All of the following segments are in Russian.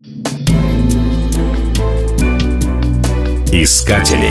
Искатели.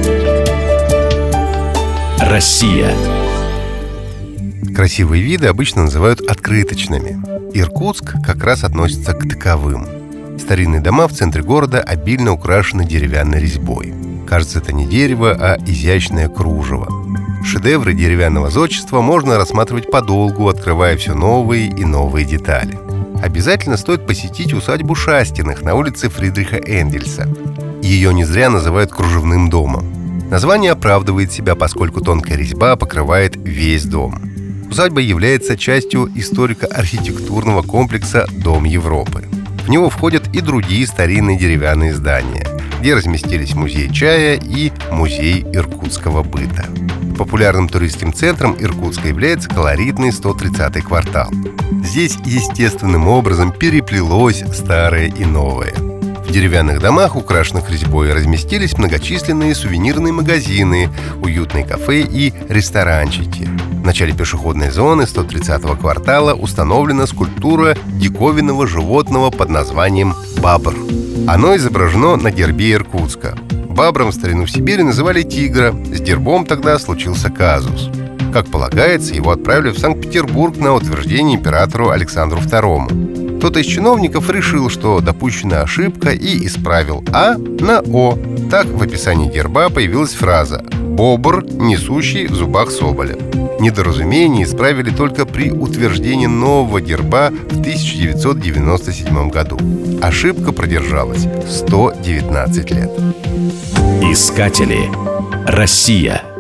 Россия. Красивые виды обычно называют открыточными. Иркутск как раз относится к таковым. Старинные дома в центре города обильно украшены деревянной резьбой. Кажется, это не дерево, а изящное кружево. Шедевры деревянного зодчества можно рассматривать подолгу, открывая все новые и новые детали. Обязательно стоит посетить усадьбу Шастиных на улице Фридриха Энгельса. Ее не зря называют кружевным домом. Название оправдывает себя, поскольку тонкая резьба покрывает весь дом. Усадьба является частью историко-архитектурного комплекса «Дом Европы». В него входят и другие старинные деревянные здания, где разместились музей чая и музей иркутского быта. Популярным туристским центром Иркутска является колоритный 130-й квартал. Здесь естественным образом переплелось старое и новое. В деревянных домах, украшенных резьбой, разместились многочисленные сувенирные магазины, уютные кафе и ресторанчики. В начале пешеходной зоны 130-го квартала установлена скульптура диковинного животного под названием бабр. Оно изображено на гербе Иркутска. Бабром в старину в Сибири называли тигра. С гербом тогда случился казус. Как полагается, его отправили в Санкт-Петербург на утверждение императору Александру II. Кто-то из чиновников решил, что допущена ошибка, и исправил «а» на «о». Так в описании герба появилась фраза «бобр, несущий в зубах соболя». Недоразумение исправили только при утверждении нового герба в 1997 году. Ошибка продержалась 119 лет. Искатели. Россия.